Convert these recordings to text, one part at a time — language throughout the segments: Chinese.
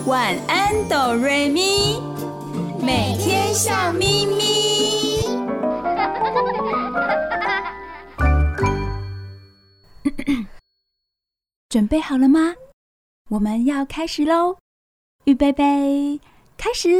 晚安哆瑞咪，每天笑眯眯。准备好了吗？我们要开始咯！预备备，开始！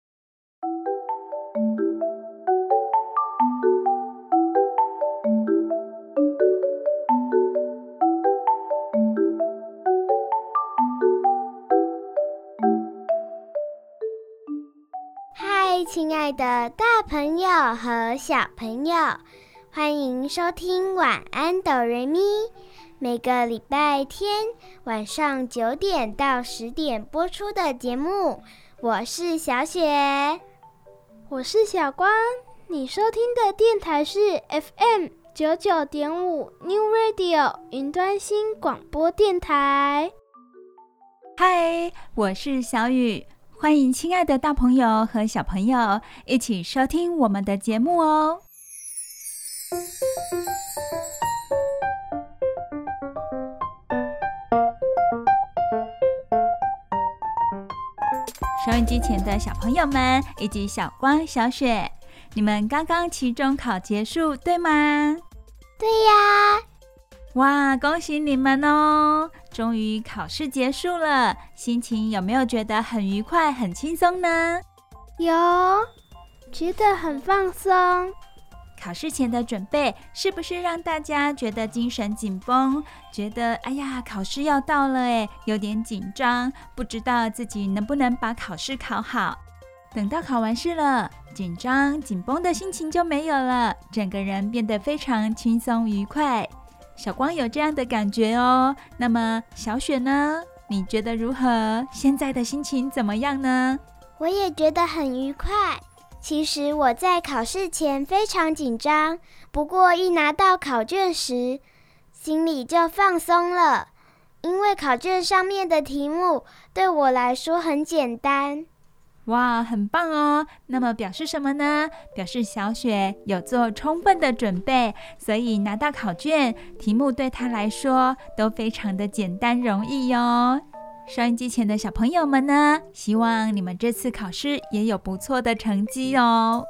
嗨，亲爱的大朋友和小朋友，欢迎收听晚安哆瑞咪。每个礼拜天晚上9点到10点播出的节目，我是小雪， 我是小光。你收听的电台是 FM99.5 New Radio 云端新广播电台。 嗨，我是小雨，欢迎亲爱的大朋友和小朋友一起收听我们的节目哦。收音机前的小朋友们以及小光、小雪，你们刚刚期中考结束，对吗？ 对呀！ 哇，恭喜你们哦！终于考试结束了，心情有没有觉得很愉快、很轻松呢？ 有，觉得很放松。 考试前的准备是不是让大家觉得精神紧绷，觉得哎呀考试要到了耶，有点紧张，不知道自己能不能把考试考好。等到考完试了，紧张紧绷的心情就没有了，整个人变得非常轻松愉快。小光有这样的感觉哦。那么小雪呢？你觉得如何？现在的心情怎么样呢？ 我也觉得很愉快。其实我在考试前非常紧张，不过一拿到考卷时，心里就放松了，因为考卷上面的题目对我来说很简单。 哇，很棒哦！那么表示什么呢？表示小雪有做充分的准备，所以拿到考卷，题目对她来说都非常的简单容易哦。收音机前的小朋友们呢，希望你们这次考试也有不错的成绩哦。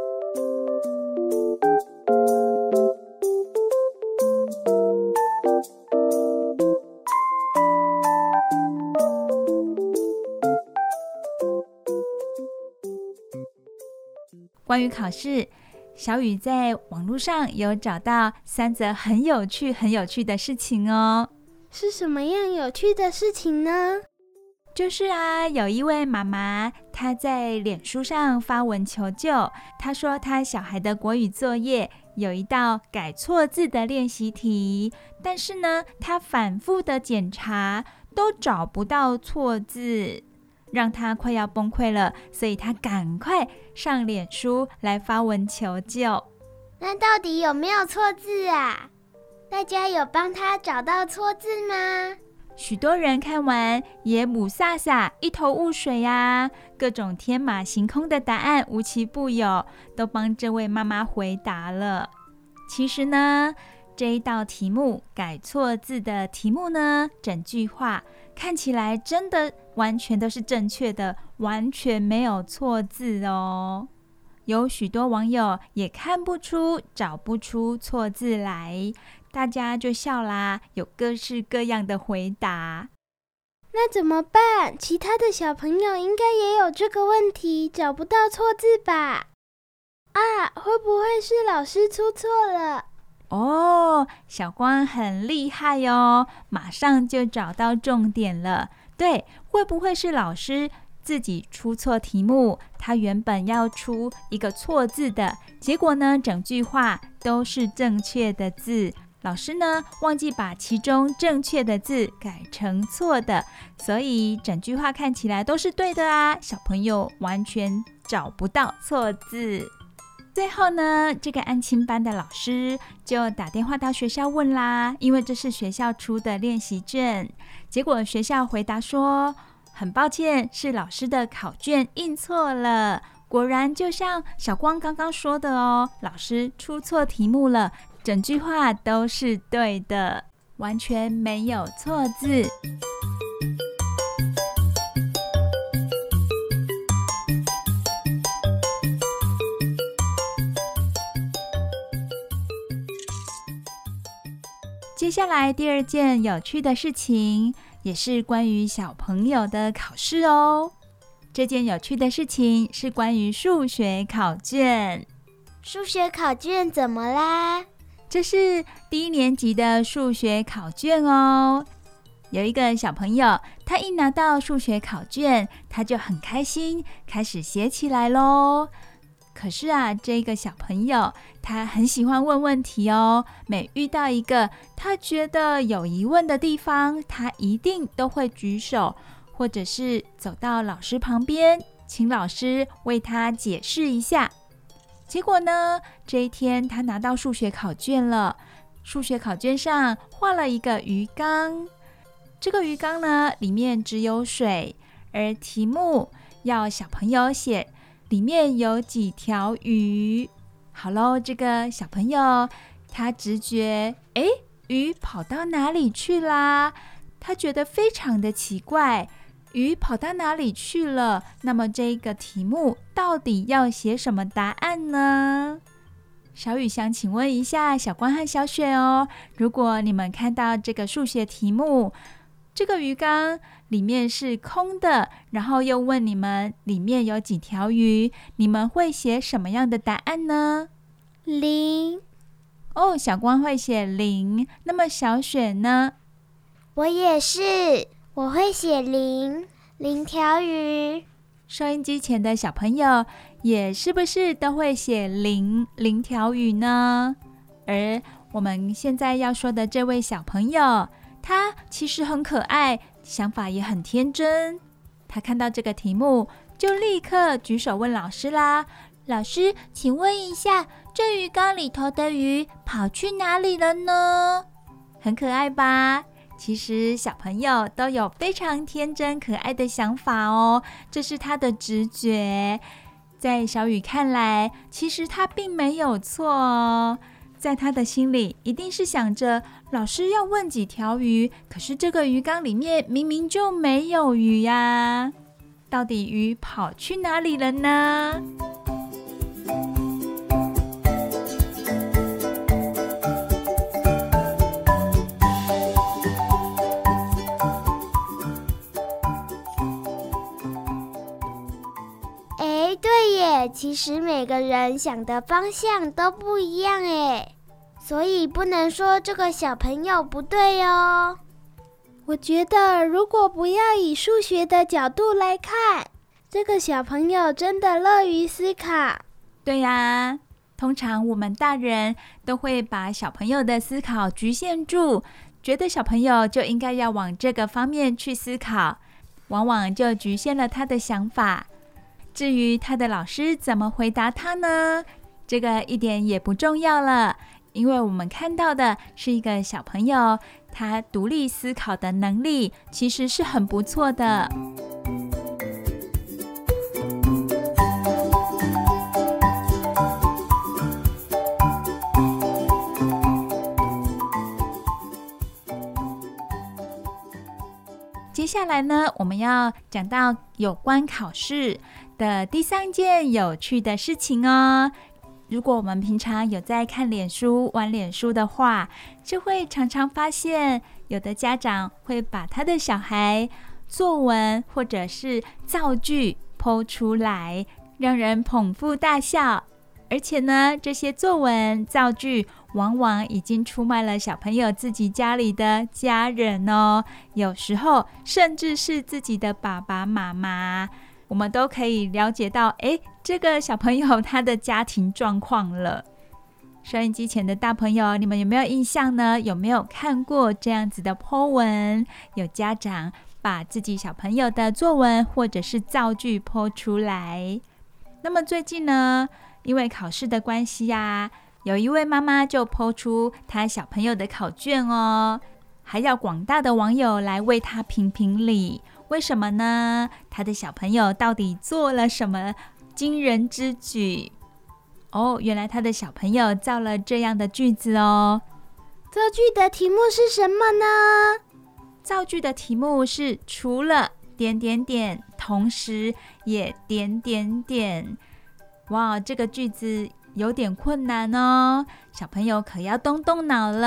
关于考试，小雨在网络上有找到3则很有趣的事情哦。 是什么样有趣的事情呢？ 就是有一位妈妈，她在脸书上发文求救。她说她小孩的国语作业有一道改错字的练习题，但是呢，她反复的检查都找不到错字，让她快要崩溃了，所以她赶快上脸书来发文求救。 那到底有没有错字啊？大家有帮他找到错字吗？ 许多人看完也母萨萨一头雾水啊，各种天马行空的答案无奇不有，都帮这位妈妈回答了。其实呢，这一道题目改错字的题目呢，整句话看起来真的完全都是正确的，完全没有错字哦。有许多网友也看不出、找不出错字来，大家就笑啦，有各式各样的回答。 那怎么办？其他的小朋友应该也有这个问题，找不到错字吧？会不会是老师出错了？ 哦，小光很厉害哦，马上就找到重点了。对，会不会是老师自己出错题目？他原本要出一个错字的，结果呢，整句话都是正确的字。老师呢，忘记把其中正确的字改成错的，所以整句话看起来都是对的啊。小朋友完全找不到错字。最后呢，这个安亲班的老师就打电话到学校问啦，因为这是学校出的练习卷。结果学校回答说，很抱歉，是老师的考卷印错了。果然就像小光刚刚说的哦，老师出错题目了，整句话都是对的，完全没有错字。 接下来第二件有趣的事情，也是关于小朋友的考试哦。这件有趣的事情是关于数学考卷。 数学考卷怎么啦？ 这是低年级的数学考卷哦。有一个小朋友，他一拿到数学考卷，他就很开心，开始写起来咯。可是啊，这个小朋友他很喜欢问问题哦，每遇到一个他觉得有疑问的地方，他一定都会举手，或者是走到老师旁边，请老师为他解释一下。结果呢，这一天他拿到数学考卷了，数学考卷上画了一个鱼缸，这个鱼缸呢，里面只有水，而题目要小朋友写里面有几条鱼。好咯，这个小朋友他直觉，鱼跑到哪里去啦？他觉得非常的奇怪，鱼跑到哪里去了？那么这个题目到底要写什么答案呢？小雨想请问一下小光和小雪哦，如果你们看到这个数学题目，这个鱼缸里面是空的，然后又问你们里面有几条鱼，你们会写什么样的答案呢 ？0。 哦，小光会写0，那么小雪呢？ 我也是，我会写0条鱼。 收音机前的小朋友也是不是都会写0条鱼呢？而我们现在要说的这位小朋友，他其实很可爱，想法也很天真。他看到这个题目，就立刻举手问老师啦：“老师，请问一下，这鱼缸里头的鱼跑去哪里了呢？”很可爱吧？其实小朋友都有非常天真可爱的想法哦，这是他的直觉。在小雨看来，其实他并没有错哦。在他的心里一定是想着，老师要问几条鱼，可是这个鱼缸里面明明就没有鱼呀，到底鱼跑去哪里了呢？ 对耶，其实每个人想的方向都不一样耶，所以不能说这个小朋友不对哦。 我觉得如果不要以数学的角度来看，这个小朋友真的乐于思考。 对呀，通常我们大人都会把小朋友的思考局限住，觉得小朋友就应该要往这个方面去思考，往往就局限了他的想法。至于他的老师怎么回答他呢？这个一点也不重要了，因为我们看到的是一个小朋友，他独立思考的能力其实是很不错的。接下来呢，我们要讲到有关考试的第3件有趣的事情哦。如果我们平常有在看脸书、玩脸书的话，就会常常发现有的家长会把他的小孩作文或者是造句po出来，让人捧腹大笑。而且呢，这些作文造句往往已经出卖了小朋友自己家里的家人哦，有时候甚至是自己的爸爸妈妈，我们都可以了解到，这个小朋友他的家庭状况了。收音机前的大朋友，你们有没有印象呢？有没有看过这样子的po文？有家长把自己小朋友的作文或者是造句po出来。那么最近呢，因为考试的关系啊，有一位妈妈就po出她小朋友的考卷哦，还要广大的网友来为她评评理。为什么呢？她的小朋友到底做了什么惊人之举？原来她的小朋友造了这样的句子哦。 造句的题目是什么呢？ 造句的题目是除了……同时也……哇，这个句子有点困难哦，小朋友可要动动脑了。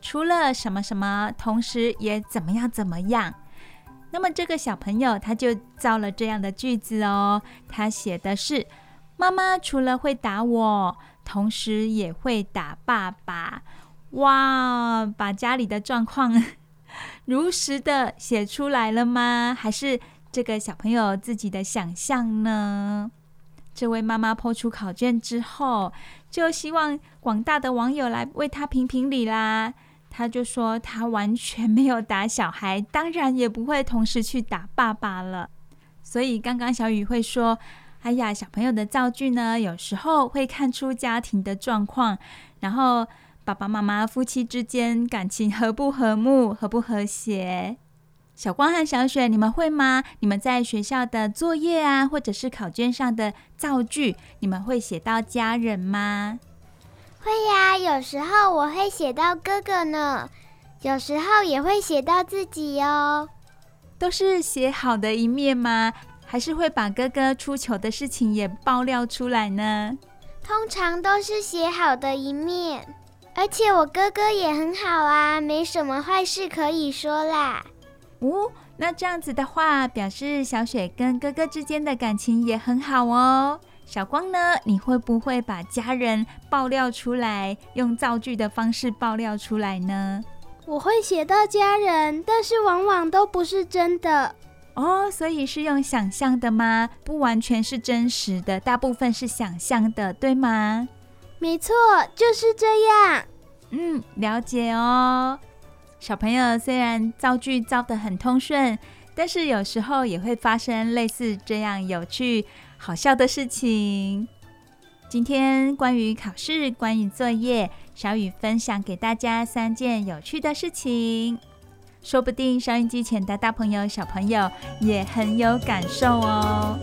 出了什么什么，同时也怎么样怎么样。那么这个小朋友他就造了这样的句子哦，他写的是妈妈除了会打我，同时也会打爸爸。哇，把家里的状况如实的写出来了吗？还是这个小朋友自己的想象呢？这位妈妈po出考卷之后，就希望广大的网友来为她评评理啦。他就说他完全没有打小孩，当然也不会同时去打爸爸了。所以刚刚小雨会说，哎呀，小朋友的造句呢，有时候会看出家庭的状况，然后爸爸妈妈夫妻之间感情和不和睦，和不和谐。小光和小雪，你们会吗？你们在学校的作业啊，或者是考卷上的造句，你们会写到家人吗？ 会呀，有时候我会写到哥哥呢，有时候也会写到自己哦。 都是写好的一面吗？还是会把哥哥出糗的事情也爆料出来呢？ 通常都是写好的一面，而且我哥哥也很好啊，没什么坏事可以说啦。 哦，那这样子的话，表示小雪跟哥哥之间的感情也很好哦。小光呢，你会不会把家人爆料出来，用造句的方式爆料出来呢？ 我会写到家人，但是往往都不是真的。 哦，所以是用想象的吗？不完全是真实的，大部分是想象的，对吗？ 没错，就是这样。 了解哦。小朋友虽然造句造得很通顺，但是有时候也会发生类似这样有趣好笑的事情。今天关于考试，关于作业，小雨分享给大家3件有趣的事情，说不定收音机前的大朋友小朋友也很有感受哦。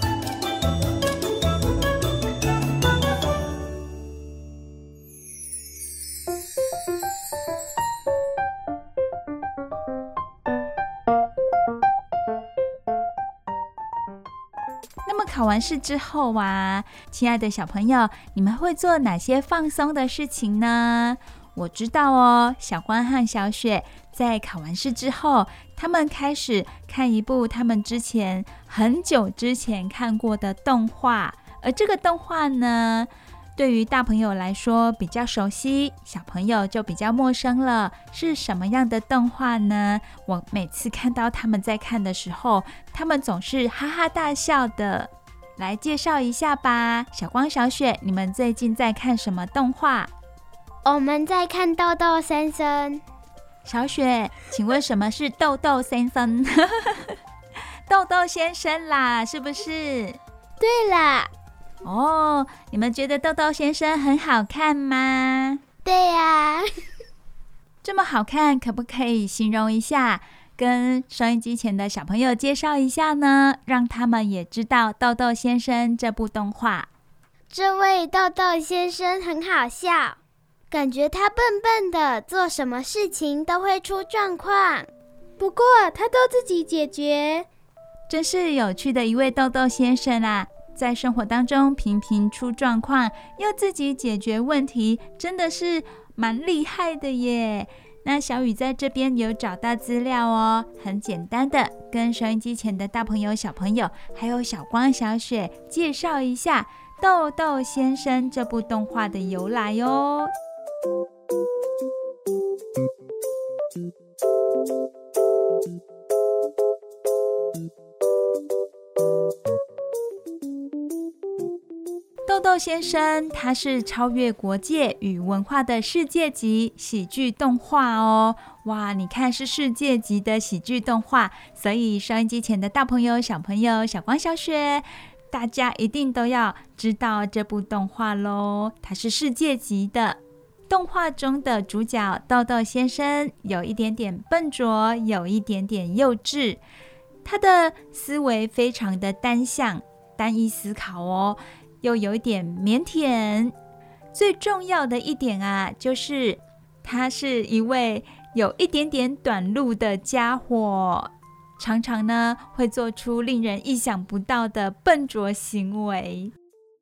考完试之后啊，亲爱的小朋友，你们会做哪些放松的事情呢？我知道哦，小光和小雪在考完试之后，他们开始看一部他们很久之前看过的动画，而这个动画呢，对于大朋友来说比较熟悉，小朋友就比较陌生了。是什么样的动画呢？我每次看到他们在看的时候，他们总是哈哈大笑的。来介绍一下吧，小光、小雪，你们最近在看什么动画？ 我们在看豆豆先生。 小雪，请问什么是豆豆先生？豆豆先生啦，是不是？ 对啦。 哦，你们觉得豆豆先生很好看吗？ 对呀。 这么好看，可不可以形容一下？跟收音机前的小朋友介绍一下呢，让他们也知道豆豆先生这部动画。 这位豆豆先生很好笑，感觉他笨笨的，做什么事情都会出状况， 不过他都自己解决。 真是有趣的一位豆豆先生啦，在生活当中频频出状况，又自己解决问题，真的是蛮厉害的耶。那小雨在这边有找到资料哦，很简单的跟收音机前的大朋友、小朋友，还有小光、小雪介绍一下《豆豆先生》这部动画的由来哦。豆豆先生他是超越国界与文化的世界级喜剧动画哦。哇，你看是世界级的喜剧动画，所以收音机前的大朋友、小朋友、小光、小雪，大家一定都要知道这部动画咯，它是世界级的。动画中的主角豆豆先生有一点点笨拙，有一点点幼稚，他的思维非常的单向、单一思考哦，又有一点腼腆。最重要的一点啊，就是他是一位有一点点短路的家伙，常常呢会做出令人意想不到的笨拙行为。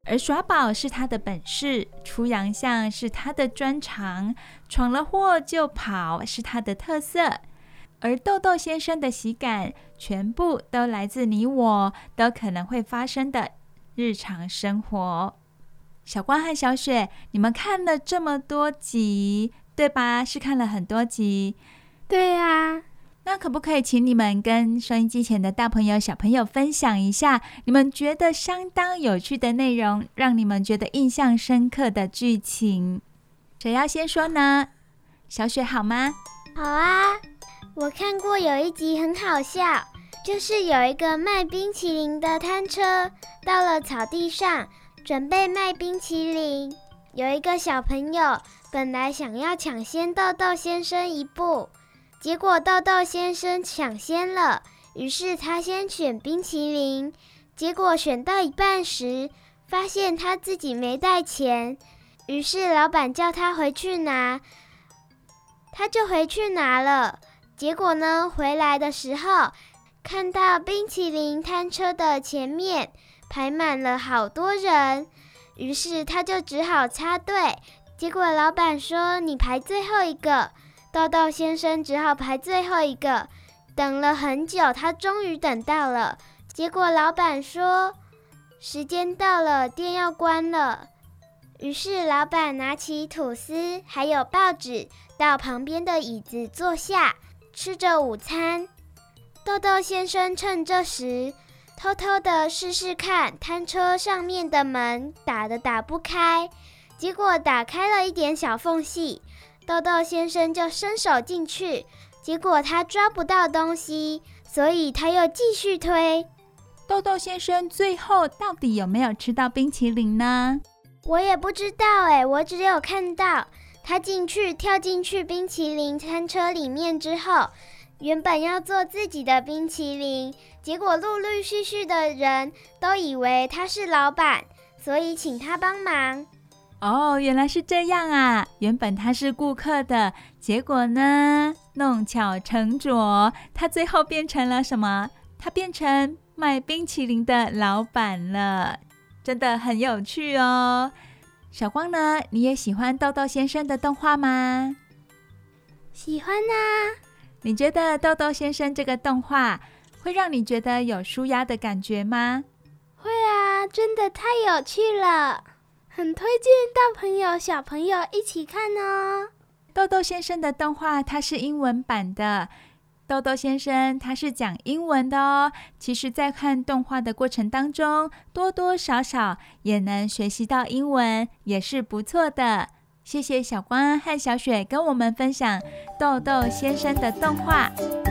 而耍宝是他的本事，出洋相是他的专长，闯了祸就跑是他的特色。而豆豆先生的喜感，全部都来自你我都可能会发生的日常生活。小光和小雪，你们看了这么多集，对吧？是看了很多集。 对啊。 那可不可以请你们跟收音机前的大朋友小朋友分享一下你们觉得相当有趣的内容，让你们觉得印象深刻的剧情？谁要先说呢？小雪好吗？ 好啊，我看过有一集很好笑，就是有一个卖冰淇淋的摊车到了草地上准备卖冰淇淋，有一个小朋友本来想要抢先豆豆先生一步，结果豆豆先生抢先了，于是他先选冰淇淋，结果选到一半时发现他自己没带钱，于是老板叫他回去拿，他就回去拿了。结果呢，回来的时候看到冰淇淋摊车的前面排满了好多人，于是他就只好插队，结果老板说你排最后一个，豆豆先生只好排最后一个，等了很久，他终于等到了。结果老板说时间到了，店要关了。于是老板拿起吐司还有报纸到旁边的椅子坐下，吃着午餐。豆豆先生趁这时偷偷的试试看摊车上面的门打不开，结果打开了一点小缝隙，豆豆先生就伸手进去，结果他抓不到东西，所以他又继续推。 豆豆先生最后到底有没有吃到冰淇淋呢？ 我也不知道耶，我只有看到他跳进去冰淇淋餐车里面之后，原本要做自己的冰淇淋，结果陆陆续续的人都以为他是老板，所以请他帮忙。 哦，原来是这样啊！原本他是顾客的，结果呢，弄巧成拙，他最后变成了什么？他变成卖冰淇淋的老板了，真的很有趣哦。小光呢，你也喜欢豆豆先生的动画吗？ 喜欢啊。 你觉得豆豆先生这个动画会让你觉得有抒压的感觉吗？ 会啊，真的太有趣了，很推荐大朋友小朋友一起看哦。 豆豆先生的动画它是英文版的，豆豆先生他是讲英文的哦。其实在看动画的过程当中，多多少少也能学习到英文，也是不错的。谢谢小光和小雪跟我们分享豆豆先生的动画。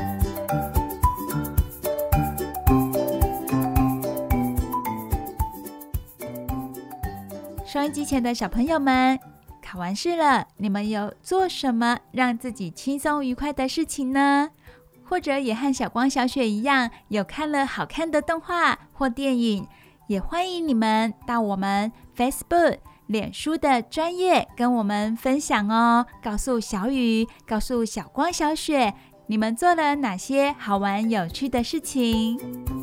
收音机前的小朋友们，考完试了，你们有做什么让自己轻松愉快的事情呢？或者也和小光小雪一样，有看了好看的动画或电影，也欢迎你们到我们 Facebook 脸书的专页跟我们分享哦，告诉小雨，告诉小光小雪，你们做了哪些好玩有趣的事情。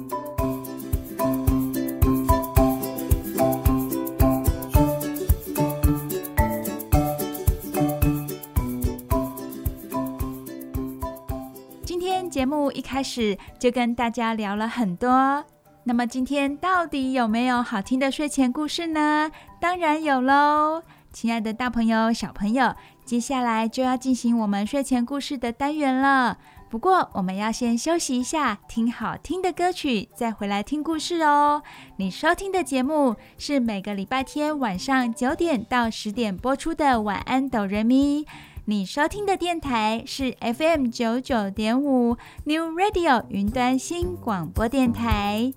今天节目一开始就跟大家聊了很多，那么今天到底有没有好听的睡前故事呢？当然有咯。亲爱的大朋友小朋友，接下来就要进行我们睡前故事的单元了。不过我们要先休息一下，听好听的歌曲，再回来听故事哦。你收听的节目是每个礼拜天晚上9点到10点播出的晚安哆瑞咪。你收听的电台是 FM 99.5 New Radio 云端新广播电台。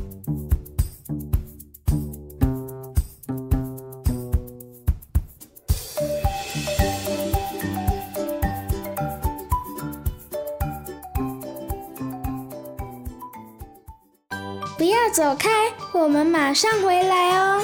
不要走开，我们马上回来哦。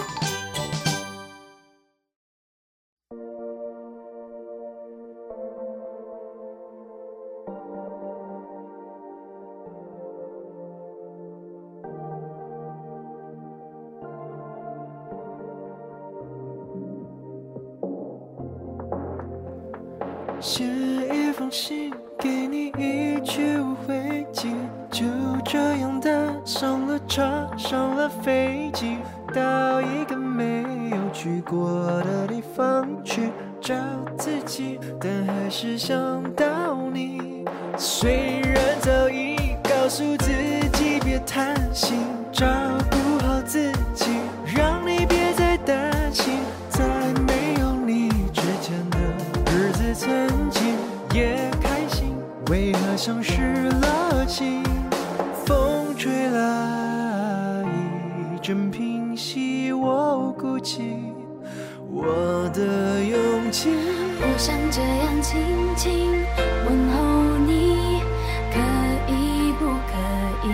写一封信给你，一句无悔记，就这样搭上了车，上了飞机，到一个没有去过的地方去找自己，但还是想到你。虽然早已告诉自己别贪心，照顾好自己，让你别再担心，在没有你之前的日子，曾经也开心，为何像失了情？风吹来，一阵平息我孤寂，我的勇气。 我想这样轻轻问候你，可以不可以？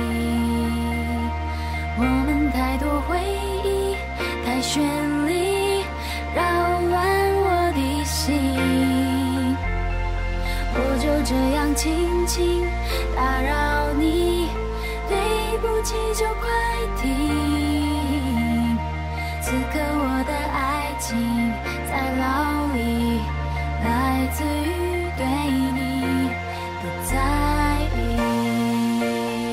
我们太多回忆，太绚丽，扰乱我的心。我就这样轻轻打扰你，对不起就快停。此刻我的爱情在牢里，来自于对你的在意。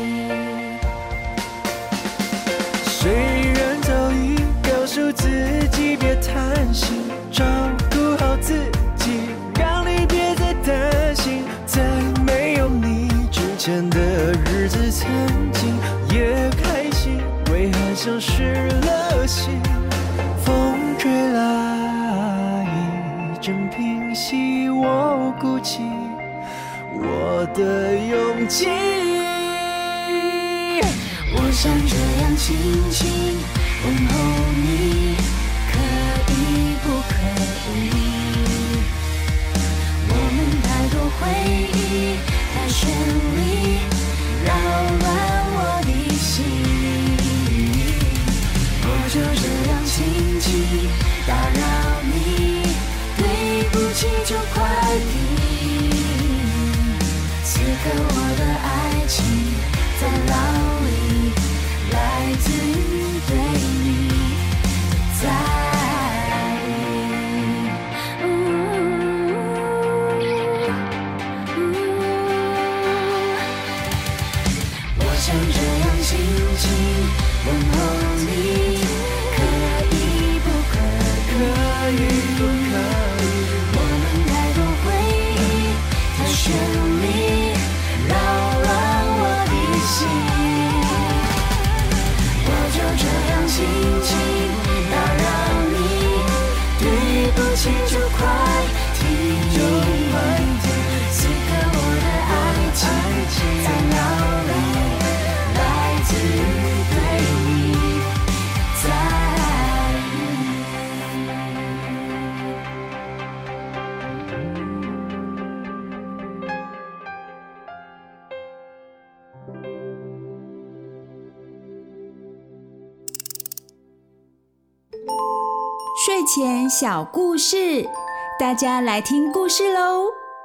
虽然早已告诉自己别贪心，照顾好自己，让你别再担心，在没有你之前的日子，曾经也开心，为何像失了心？风吹来，一阵平息我孤寂，我的勇气。 我想这样轻轻问候你，可以不可以？我们太多回忆，太绚丽，扰乱我的心。我就这样轻轻打扰你，对不起就快停。此刻我的爱情在牢里，来自于对你的在意。我想这样轻轻问候你，可以不可以？ 可以不可以？ 我们太多回忆，太绚丽，扰乱我的心。我就这样轻轻打扰你，对不起就快停。此刻我的爱情在牢里，来自于对你在意。 睡前小故事，大家来听故事喽！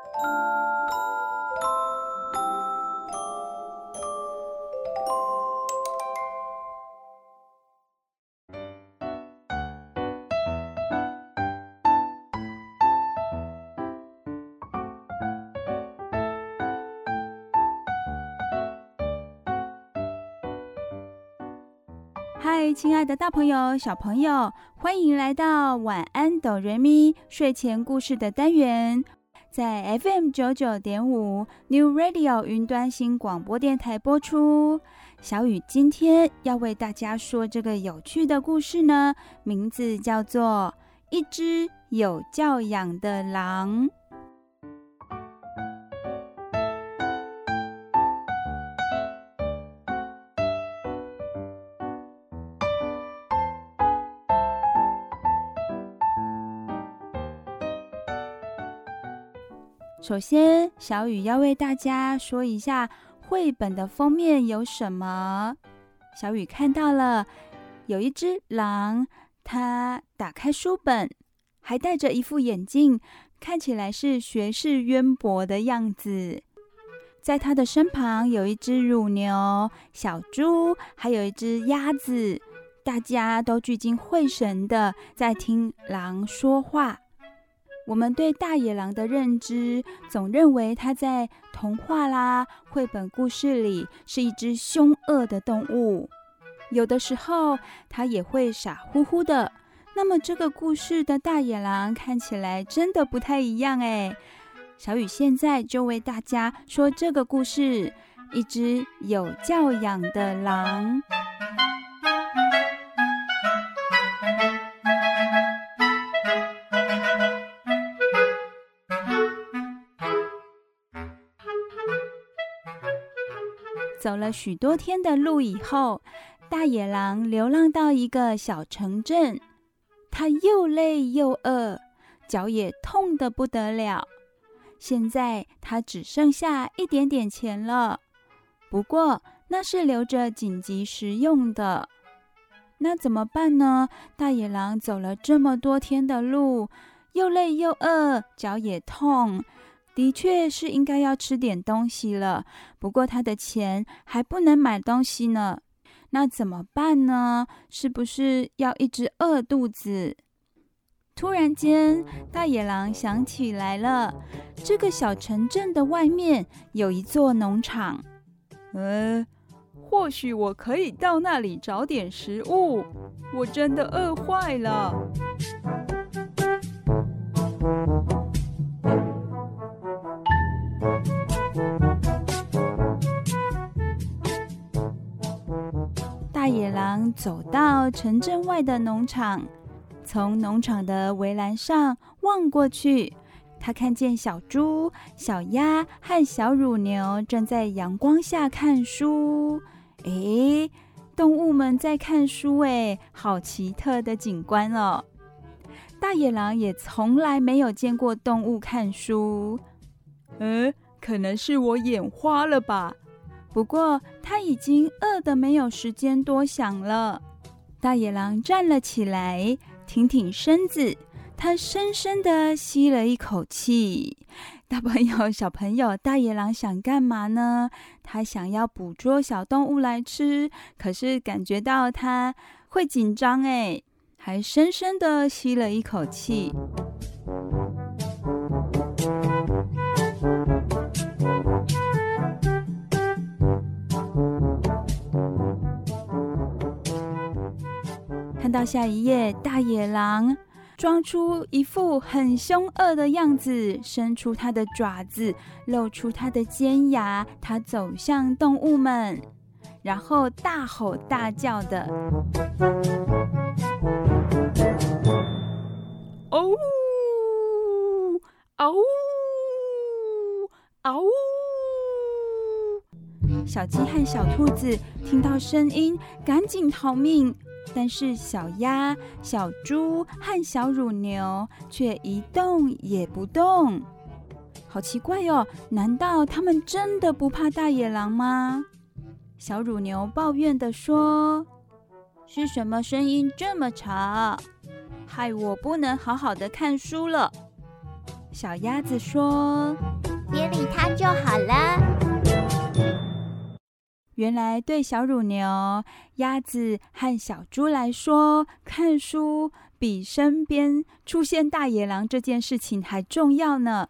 嗨，亲爱的大朋友、小朋友，欢迎来到晚安哆瑞咪睡前故事的单元，在 FM 99.5 New Radio 云端新广播电台播出。小雨今天要为大家说这个有趣的故事呢，名字叫做《一只有教养的狼》。首先，小雨要为大家说一下绘本的封面有什么。小雨看到了有一只狼，它打开书本，还戴着一副眼镜，看起来是学识渊博的样子。在它的身旁有一只乳牛、小猪，还有一只鸭子，大家都聚精会神的在听狼说话。 我们对大野狼的认知，总认为它在童话啦、绘本故事里是一只凶恶的动物。有的时候，它也会傻乎乎的。那么，这个故事的大野狼看起来真的不太一样哎。小雨现在就为大家说这个故事：一只有教养的狼。走了许多天的路以后，大野狼流浪到一个小城镇，它又累又饿，脚也痛得不得了。现在它只剩下一点点钱了，不过那是留着紧急时用的。那怎么办呢？大野狼走了这么多天的路，又累又饿，脚也痛，的确是应该要吃点东西了，不过他的钱还不能买东西呢。那怎么办呢？是不是要一直饿肚子？突然间，大野狼想起来了，这个小城镇的外面有一座农场。或许我可以到那里找点食物，我真的饿坏了。大野狼走到城镇外的农场，从农场的围栏上望过去，他看见小猪、小鸭和小乳牛正在阳光下看书。诶，动物们在看书诶，好奇特的景观哦。大野狼也从来没有见过动物看书。可能是我眼花了吧。不过他已经饿得没有时间多想了。大野狼站了起来，挺挺身子，他深深地吸了一口气。大朋友、小朋友，大野狼想干嘛呢？他想要捕捉小动物来吃，可是感觉到他会紧张诶，还深深地吸了一口气。看到下一页，大野狼装出一副很凶恶的样子，伸出它的爪子，露出它的尖牙，它走向动物们，然后大吼大叫的嗷呜嗷呜嗷呜。小鸡和小兔子听到声音，赶紧逃命。但是小鸭、小猪和小乳牛却一动也不动。好奇怪哦，难道他们真的不怕大野狼吗？小乳牛抱怨地说：是什么声音这么吵，害我不能好好的看书了。小鸭子说： 别理它就好了。 原来对小乳牛、鸭子和小猪来说，看书比身边出现大野狼这件事情还重要呢。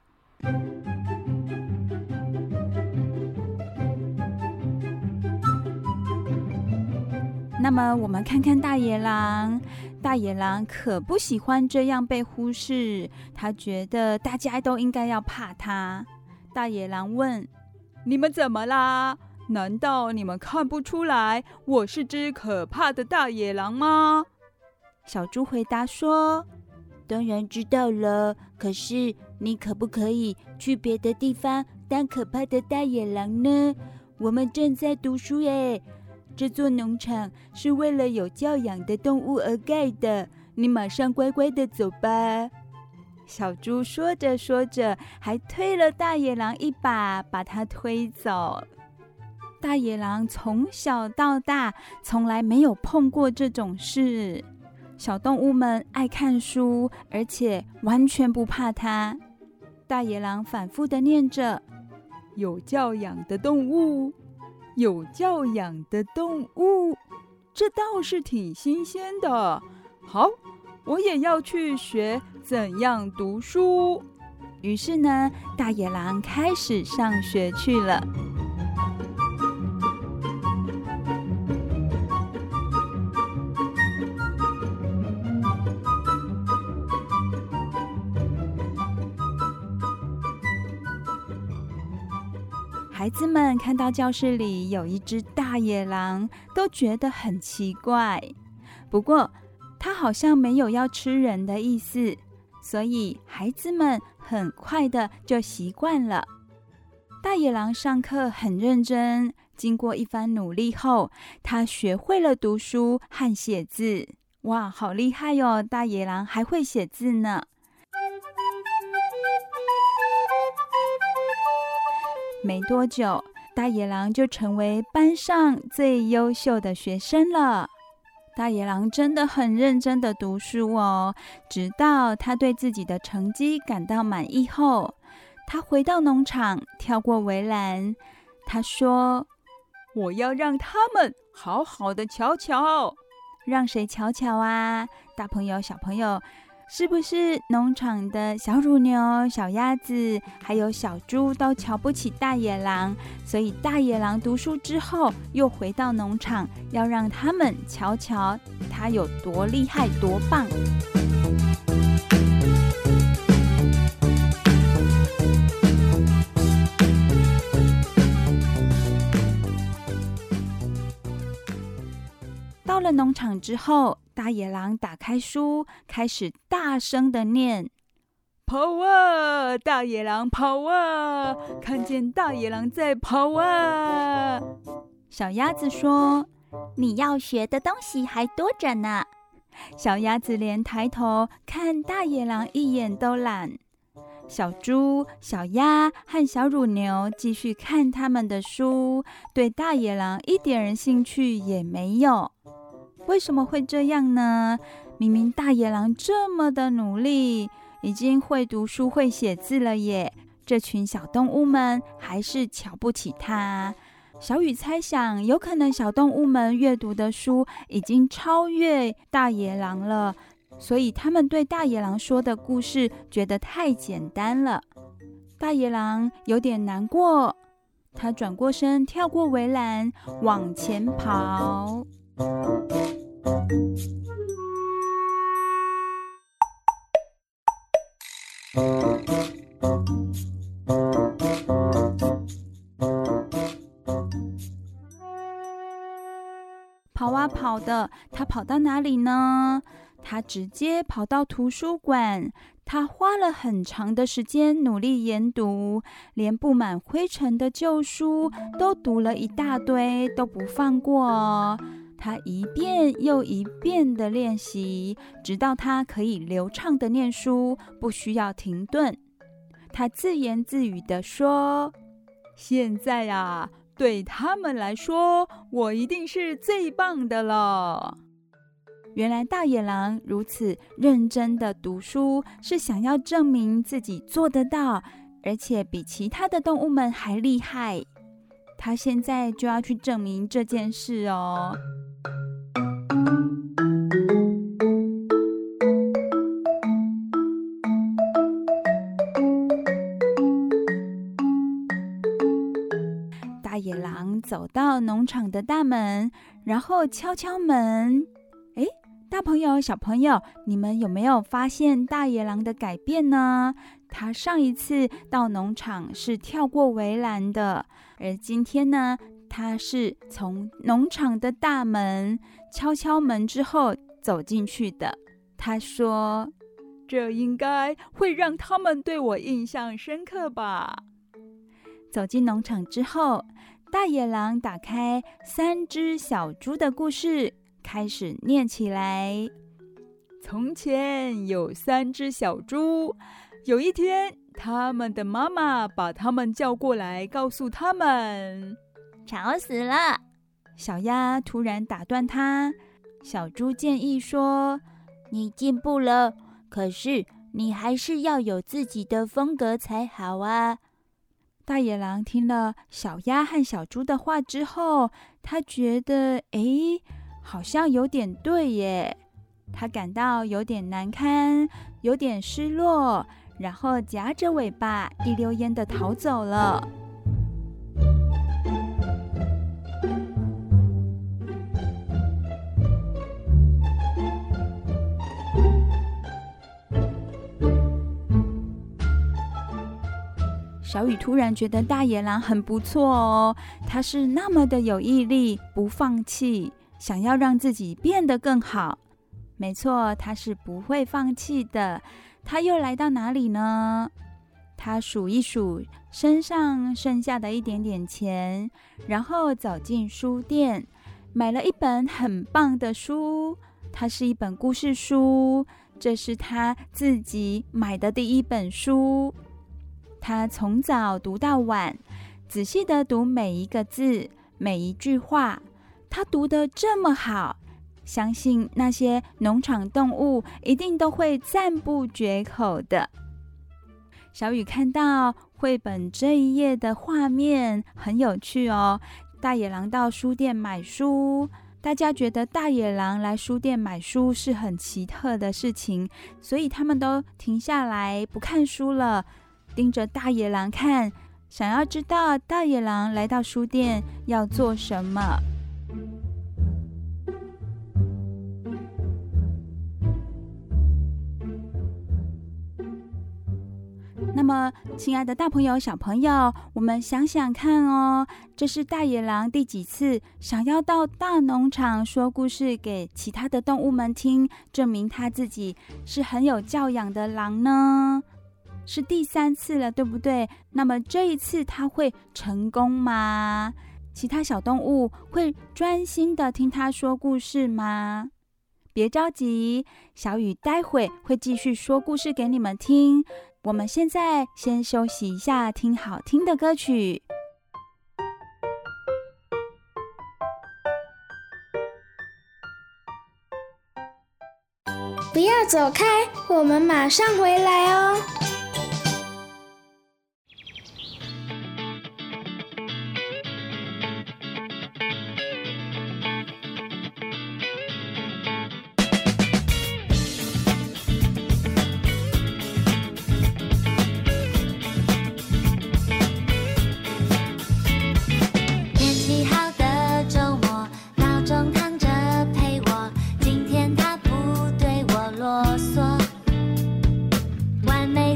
那么我们看看大野狼，大野狼可不喜欢这样被忽视，他觉得大家都应该要怕他。大野狼问：你们怎么啦？难道你们看不出来我是只可怕的大野狼吗？小猪回答说：当然知道了，可是你可不可以去别的地方当可怕的大野狼呢？我们正在读书耶，这座农场是为了有教养的动物而盖的，你马上乖乖的走吧。小猪说着说着，还推了大野狼一把，把它推走。大野狼从小到大从来没有碰过这种事。小动物们爱看书，而且完全不怕它。大野狼反复地念着：有教养的动物，有教养的动物，这倒是挺新鲜的。好， 我也要去学怎样读书。于是呢，大野狼开始上学去了。孩子们看到教室里有一只大野狼，都觉得很奇怪。不过，它好像没有要吃人的意思，所以孩子们很快的就习惯了。大野狼上课很认真，经过一番努力后，他学会了读书和写字。哇，好厉害哟！大野狼还会写字呢。没多久，大野狼就成为班上最优秀的学生了。大野狼真的很认真的读书哦，直到他对自己的成绩感到满意后，他回到农场，跳过围栏。他说：“我要让他们好好的瞧瞧。”让谁瞧瞧啊？大朋友、小朋友，是不是农场的小乳牛、小鸭子还有小猪都瞧不起大野狼？所以大野狼读书之后又回到农场，要让他们瞧瞧他有多厉害多棒。到了农场之后，大野狼打开书，开始大声的念：跑啊，大野狼跑啊，看见大野狼在跑啊。小鸭子说：你要学的东西还多着呢。小鸭子连抬头看大野狼一眼都懒。小猪、小鸭和小乳牛继续看他们的书，对大野狼一点兴趣也没有。为什么会这样呢？明明大野狼这么的努力，已经会读书会写字了耶，这群小动物们还是瞧不起他。小雨猜想，有可能小动物们阅读的书已经超越大野狼了，所以他们对大野狼说的故事觉得太简单了。大野狼有点难过，他转过身，跳过围栏，往前跑。跑啊跑的，他跑到哪里呢？他直接跑到图书馆。他花了很长的时间努力研读，连布满灰尘的旧书都读了一大堆，都不放过哦。他一遍又一遍的练习，直到他可以流畅的念书，不需要停顿。他自言自语地说：现在啊，对他们来说，我一定是最棒的了。原来大野狼如此认真的读书，是想要证明自己做得到，而且比其他的动物们还厉害。他现在就要去证明这件事哦。大野狼走到农场的大门，然后敲敲门。诶，大朋友、小朋友，你们有没有发现大野狼的改变呢？他上一次到农场是跳过围栏的，而今天呢，他是从农场的大门敲敲门之后走进去的。他说：这应该会让他们对我印象深刻吧。走进农场之后，大野狼打开3只小猪的故事，开始念起来。从前有3只小猪，有一天他们的妈妈把他们叫过来，告诉他们： 吵死了！ 小鸭突然打断他。小猪建议说：你进步了，可是你还是要有自己的风格才好啊。大野狼听了小鸭和小猪的话之后，他觉得好像有点对耶。 他感到有点难堪，有点失落，然后夹着尾巴一溜烟地逃走了。小雨突然觉得大野狼很不错哦，他是那么的有毅力，不放弃，想要让自己变得更好。没错，他是不会放弃的。他又来到哪里呢？他数一数身上剩下的一点点钱，然后走进书店，买了一本很棒的书。它是一本故事书，这是他自己买的第一本书。他从早读到晚，仔细地读每一个字，每一句话。他读得这么好，相信那些农场动物一定都会赞不绝口的。小雨看到绘本这一页的画面很有趣哦。大野狼到书店买书，大家觉得大野狼来书店买书是很奇特的事情，所以他们都停下来不看书了，盯着大野狼看，想要知道大野狼来到书店要做什么。那么，亲爱的大朋友、小朋友，我们想想看哦，这是大野狼第几次想要到大农场说故事给其他的动物们听，证明他自己是很有教养的狼呢？是第3次了，对不对？那么这一次他会成功吗？其他小动物会专心的听他说故事吗？别着急，小雨待会会继续说故事给你们听。我们现在先休息一下，听好听的歌曲。 不要走开，我们马上回来哦。 完美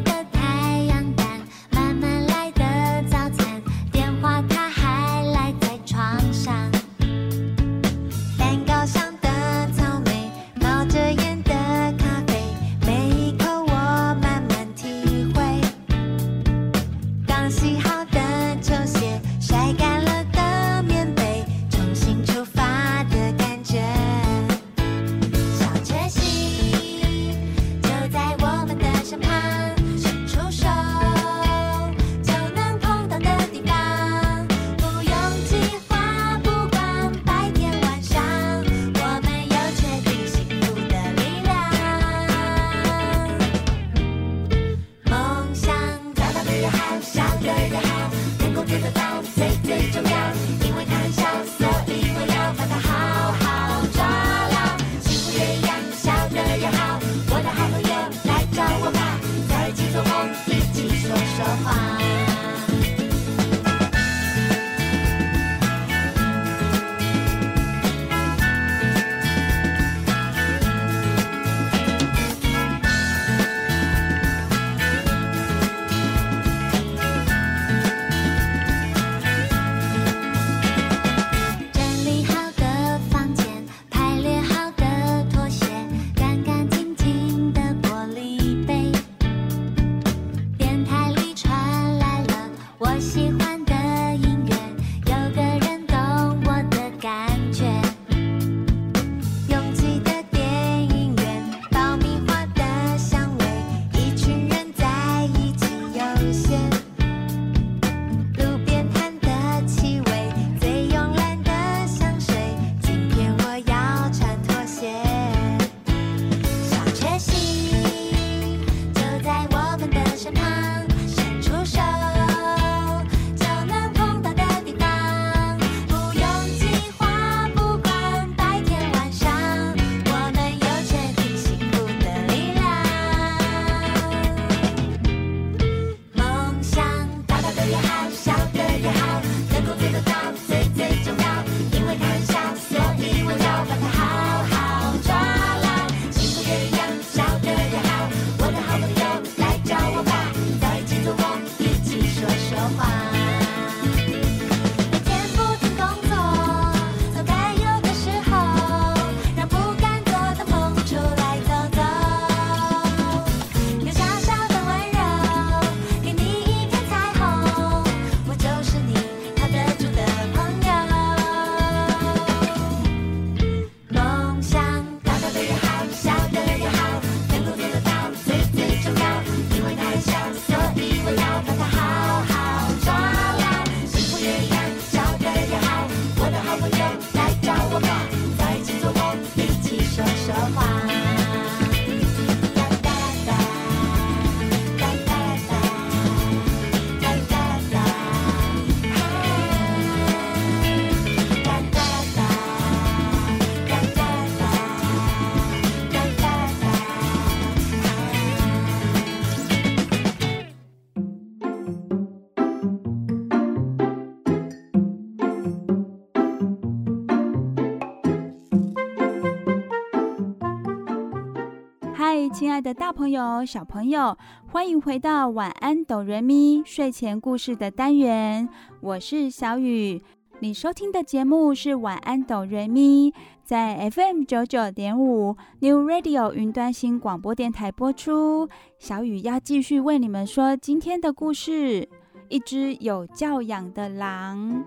亲爱的大朋友小朋友，欢迎回到晚安哆瑞咪睡前故事的单元，我是小雨。你收听的节目是晚安哆瑞咪，在 FM 99.5 New Radio 云端新广播电台播出。小雨要继续为你们说今天的故事，一只有教养的狼。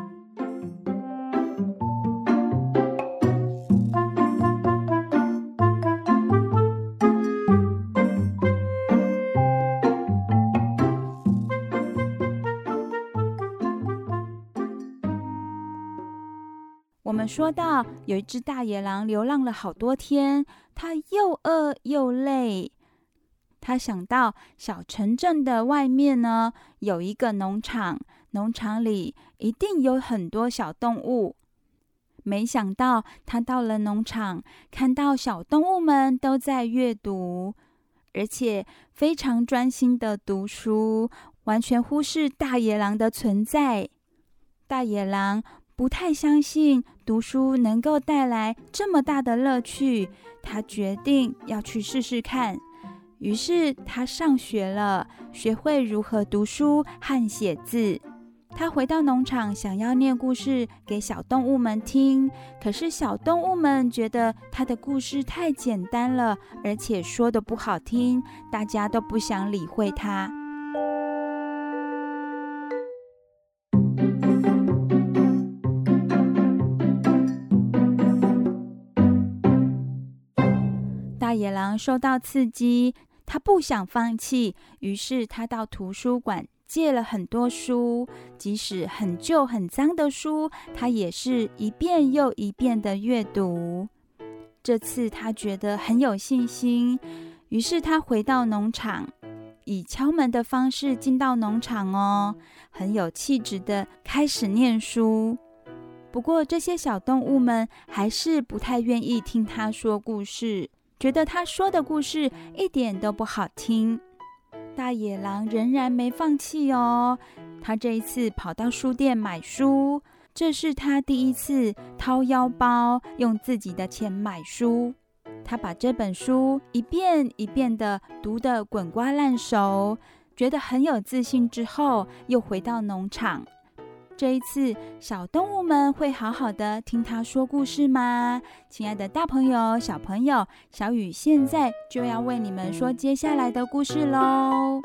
我们说到有一只大野狼流浪了好多天，它又饿又累。他想到小城镇的外面呢，有一个农场，农场里一定有很多小动物。没想到他到了农场，看到小动物们都在阅读，而且非常专心的读书，完全忽视大野狼的存在。大野狼不太相信读书能够带来这么大的乐趣，他决定要去试试看。于是他上学了，学会如何读书和写字。他回到农场，想要念故事给小动物们听，可是小动物们觉得他的故事太简单了，而且说得不好听，大家都不想理会他。大野狼受到刺激，他不想放弃，于是他到图书馆借了很多书，即使很旧很脏的书，他也是一遍又一遍的阅读。这次他觉得很有信心，于是他回到农场，以敲门的方式进到农场哦，很有气质的开始念书。不过这些小动物们还是不太愿意听他说故事，觉得他说的故事一点都不好听。大野狼仍然没放弃哦，他这一次跑到书店买书，这是他第一次掏腰包用自己的钱买书。他把这本书一遍一遍的读得滚瓜烂熟，觉得很有自信之后，又回到农场。这一次小动物们会好好的听他说故事吗？亲爱的大朋友小朋友，小雨现在就要为你们说接下来的故事咯。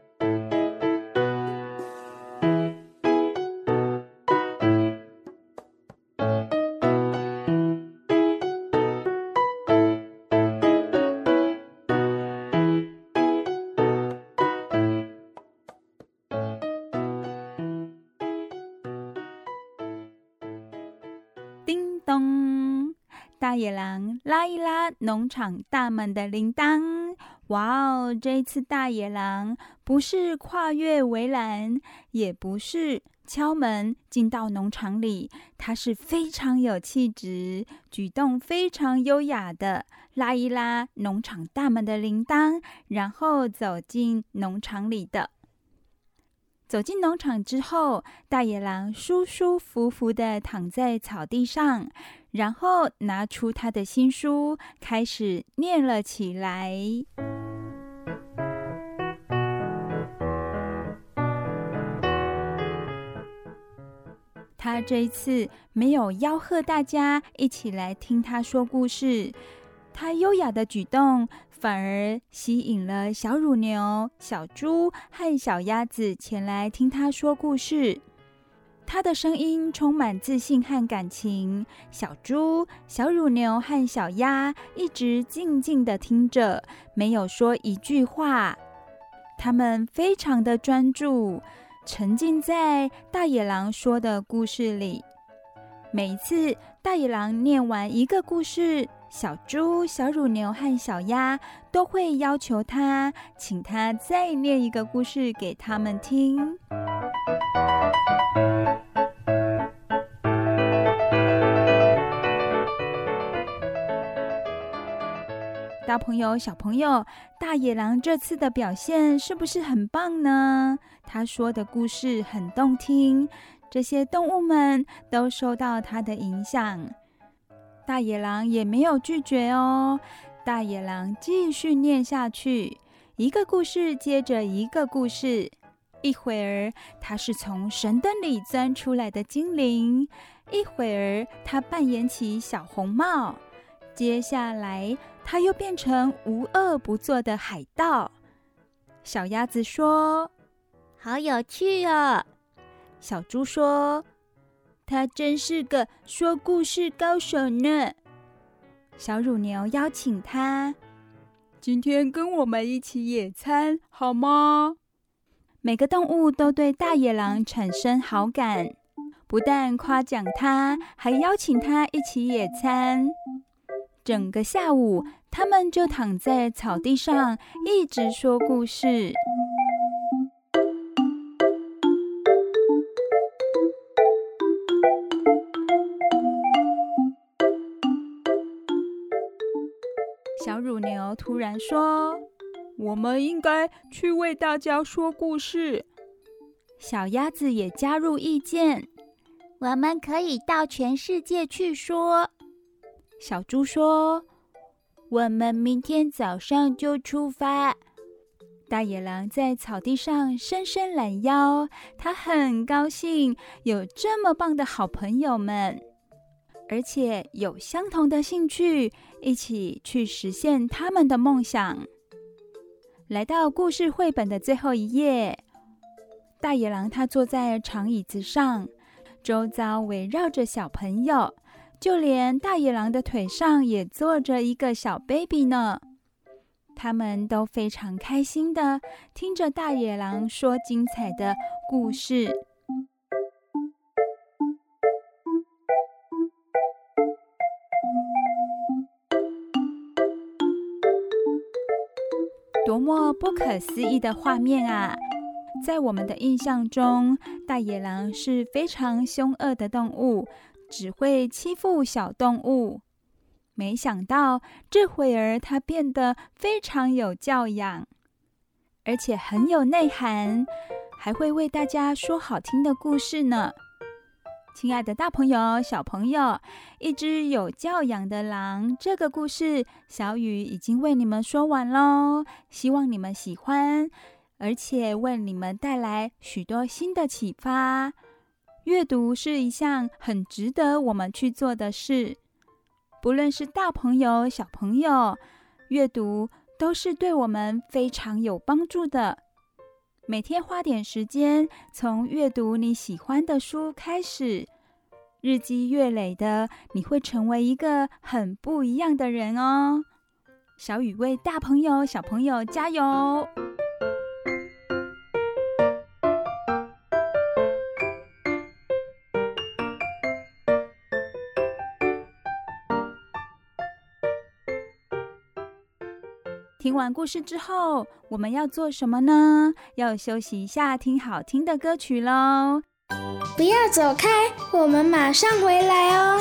叮咚，大野狼拉一拉农场大门的铃铛。哇哦，这一次大野狼不是跨越围栏，也不是敲门进到农场里，他是非常有气质，举动非常优雅的拉一拉农场大门的铃铛，然后走进农场里的。走进农场之后，大野狼舒舒服服地躺在草地上，然后拿出他的新书，开始念了起来。他这一次没有吆喝大家一起来听他说故事，他优雅的举动反而吸引了小乳牛、小猪和小鸭子前来听他说故事。他的声音充满自信和感情，小猪、小乳牛和小鸭一直静静地听着，没有说一句话。他们非常的专注，沉浸在大野狼说的故事里。每一次大野狼念完一个故事，小猪、小乳牛和小鸭都会要求他，请他再念一个故事给他们听。大朋友、小朋友，大野狼这次的表现是不是很棒呢？他说的故事很动听，这些动物们都受到他的影响。大野狼也没有拒绝哦。 大野狼继续念下去，一个故事接着一个故事。一会儿他是从神灯里钻出来的精灵，一会儿他扮演起小红帽，接下来他又变成无恶不作的海盗。小鸭子说：好有趣哦。小猪说：他真是个说故事高手呢。小乳牛邀请他：今天跟我们一起野餐好吗？每个动物都对大野狼产生好感，不但夸奖他，还邀请他一起野餐。整个下午，他们就躺在草地上，一直说故事。小乳牛突然说：我们应该去为大家说故事。小鸭子也加入意见：我们可以到全世界去说。小猪说：我们明天早上就出发。大野狼在草地上伸伸懒腰，他很高兴有这么棒的好朋友们，而且有相同的兴趣，一起去实现他们的梦想。来到故事绘本的最后一页，大野狼他坐在长椅子上，周遭围绕着小朋友，就连大野狼的腿上也坐着一个小 baby 呢。他们都非常开心的听着大野狼说精彩的故事。多么不可思议的画面啊！在我们的印象中，大野狼是非常凶恶的动物，只会欺负小动物。没想到这会儿它变得非常有教养，而且很有内涵，还会为大家说好听的故事呢。亲爱的大朋友、小朋友，一只有教养的狼，这个故事小雨已经为你们说完咯，希望你们喜欢，而且为你们带来许多新的启发。阅读是一项很值得我们去做的事，不论是大朋友、小朋友，阅读都是对我们非常有帮助的。每天花点时间，从阅读你喜欢的书开始，日积月累的，你会成为一个很不一样的人哦。小雨为大朋友、小朋友加油！听完故事之后，我们要做什么呢？要休息一下，听好听的歌曲咯。 不要走开，我们马上回来哦。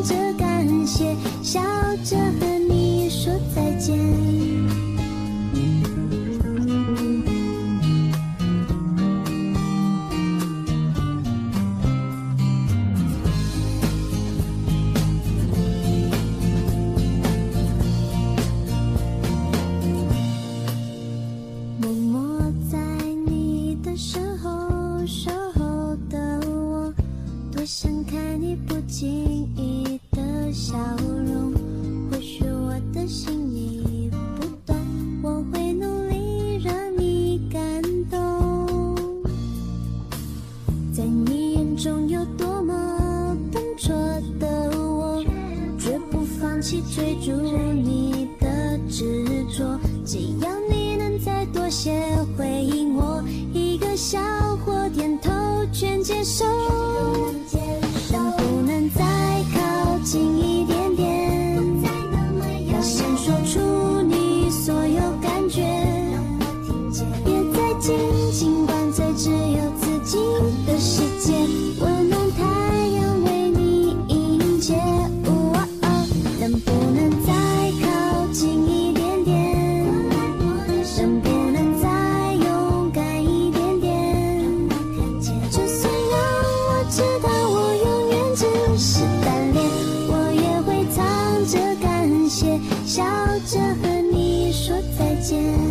笑着和你说再见。 追逐你的执着，只要你能再多些回应我，一个笑或点头全接受。能不能再靠近一点点，要先说出你所有感觉，别再紧紧关在只有自己的世界，温暖太阳为你迎接。能不能再靠近一点点，能不能再勇敢一点点，就算让我知道我永远只是单恋，我也会藏着感谢，笑着和你说再见。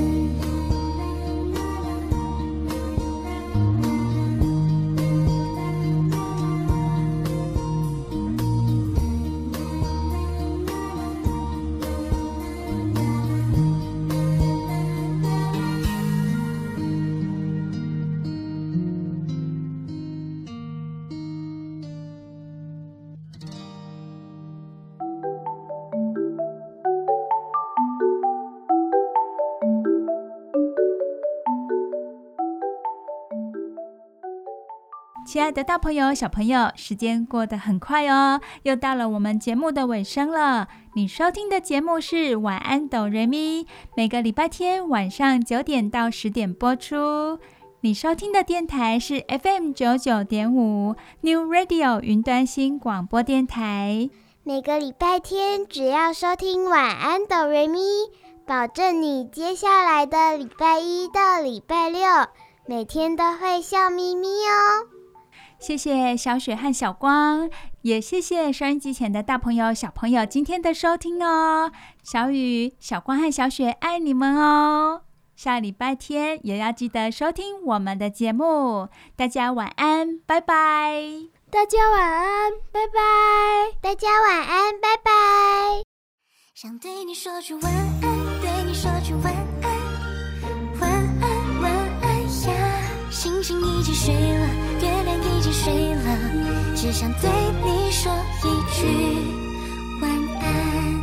亲爱的大朋友小朋友，时间过得很快哦，又到了我们节目的尾声了。你收听的节目是晚安哆瑞咪，每个礼拜天晚上9点到10点播出。你收听的电台是 FM99.5 New Radio 云端新广播电台。 每个礼拜天只要收听晚安哆瑞咪，保证你接下来的礼拜一到礼拜六每天都会笑眯眯哦。 谢谢小雪和小光，也谢谢收音机前的大朋友小朋友今天的收听哦。小雨、小光和小雪爱你们哦。下礼拜天也要记得收听我们的节目。大家晚安，拜拜。 大家晚安，拜拜。 大家晚安，拜拜。 想对你说句晚安，对你说句晚安，晚安晚安呀。星星已经睡了，月亮已经睡了，只想对你说一句晚安。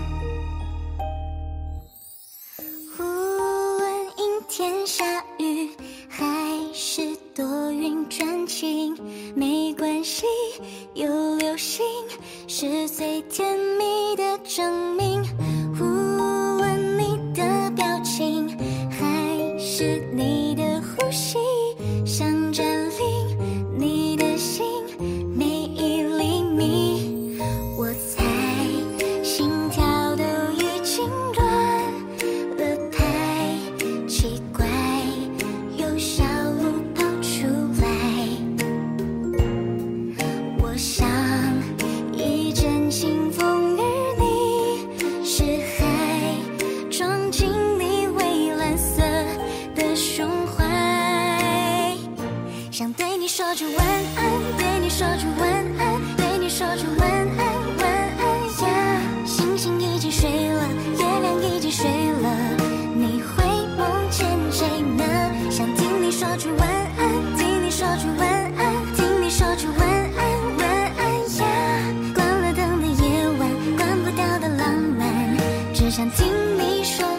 无论阴天下雨还是多云转晴，没关系，有流星是最甜蜜的证明。无论你的表情还是你的呼吸，想占领你的心每一厘米，我猜心跳都已经乱了，太奇怪，有小鹿跑出来。我想一阵清风，而你是海装进你蔚蓝色的胸怀。想对你说句晚安，对你说句晚安，对你说句晚安，晚安呀。星星已经睡了，月亮已经睡了，你会梦见谁呢？想听你说句晚安，听你说句晚安，听你说句晚安，晚安呀。关了灯的夜晚，关不掉的浪漫，只想听你说